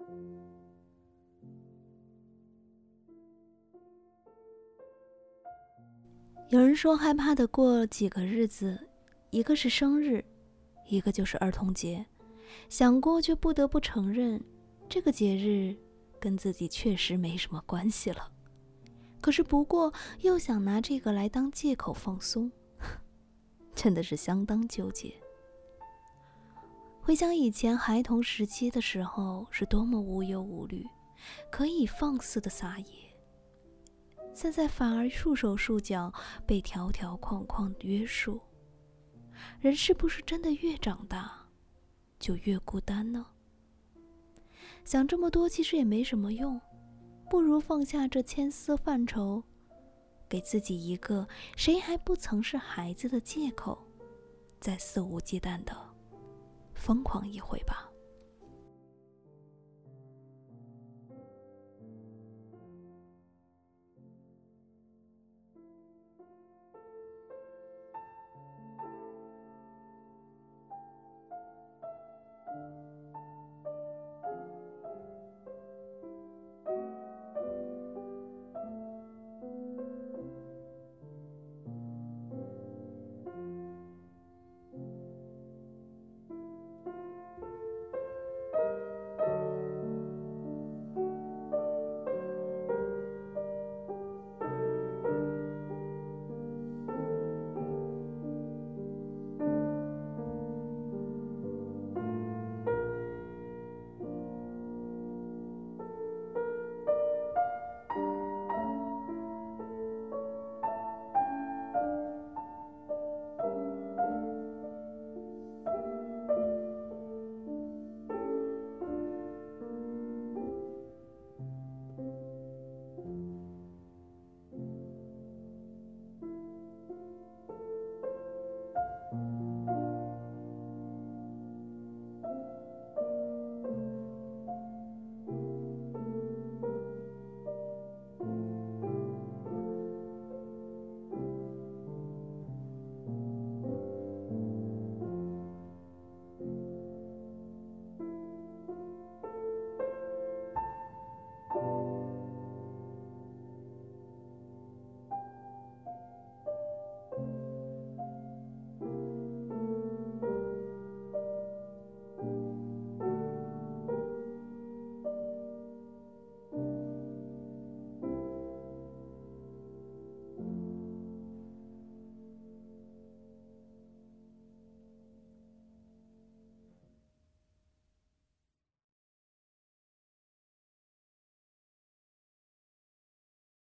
有人说害怕的过几个日子，一个是生日，一个就是儿童节，想过却不得不承认，这个节日跟自己确实没什么关系了。可是不过又想拿这个来当借口放松，真的是相当纠结。回想以前孩童时期的时候，是多么无忧无虑，可以放肆的撒野，现在反而束手束脚，被条条框框约束。人是不是真的越长大就越孤单呢？想这么多其实也没什么用，不如放下这千丝万愁，给自己一个谁还不曾是孩子的借口，再肆无忌惮的疯狂一回吧。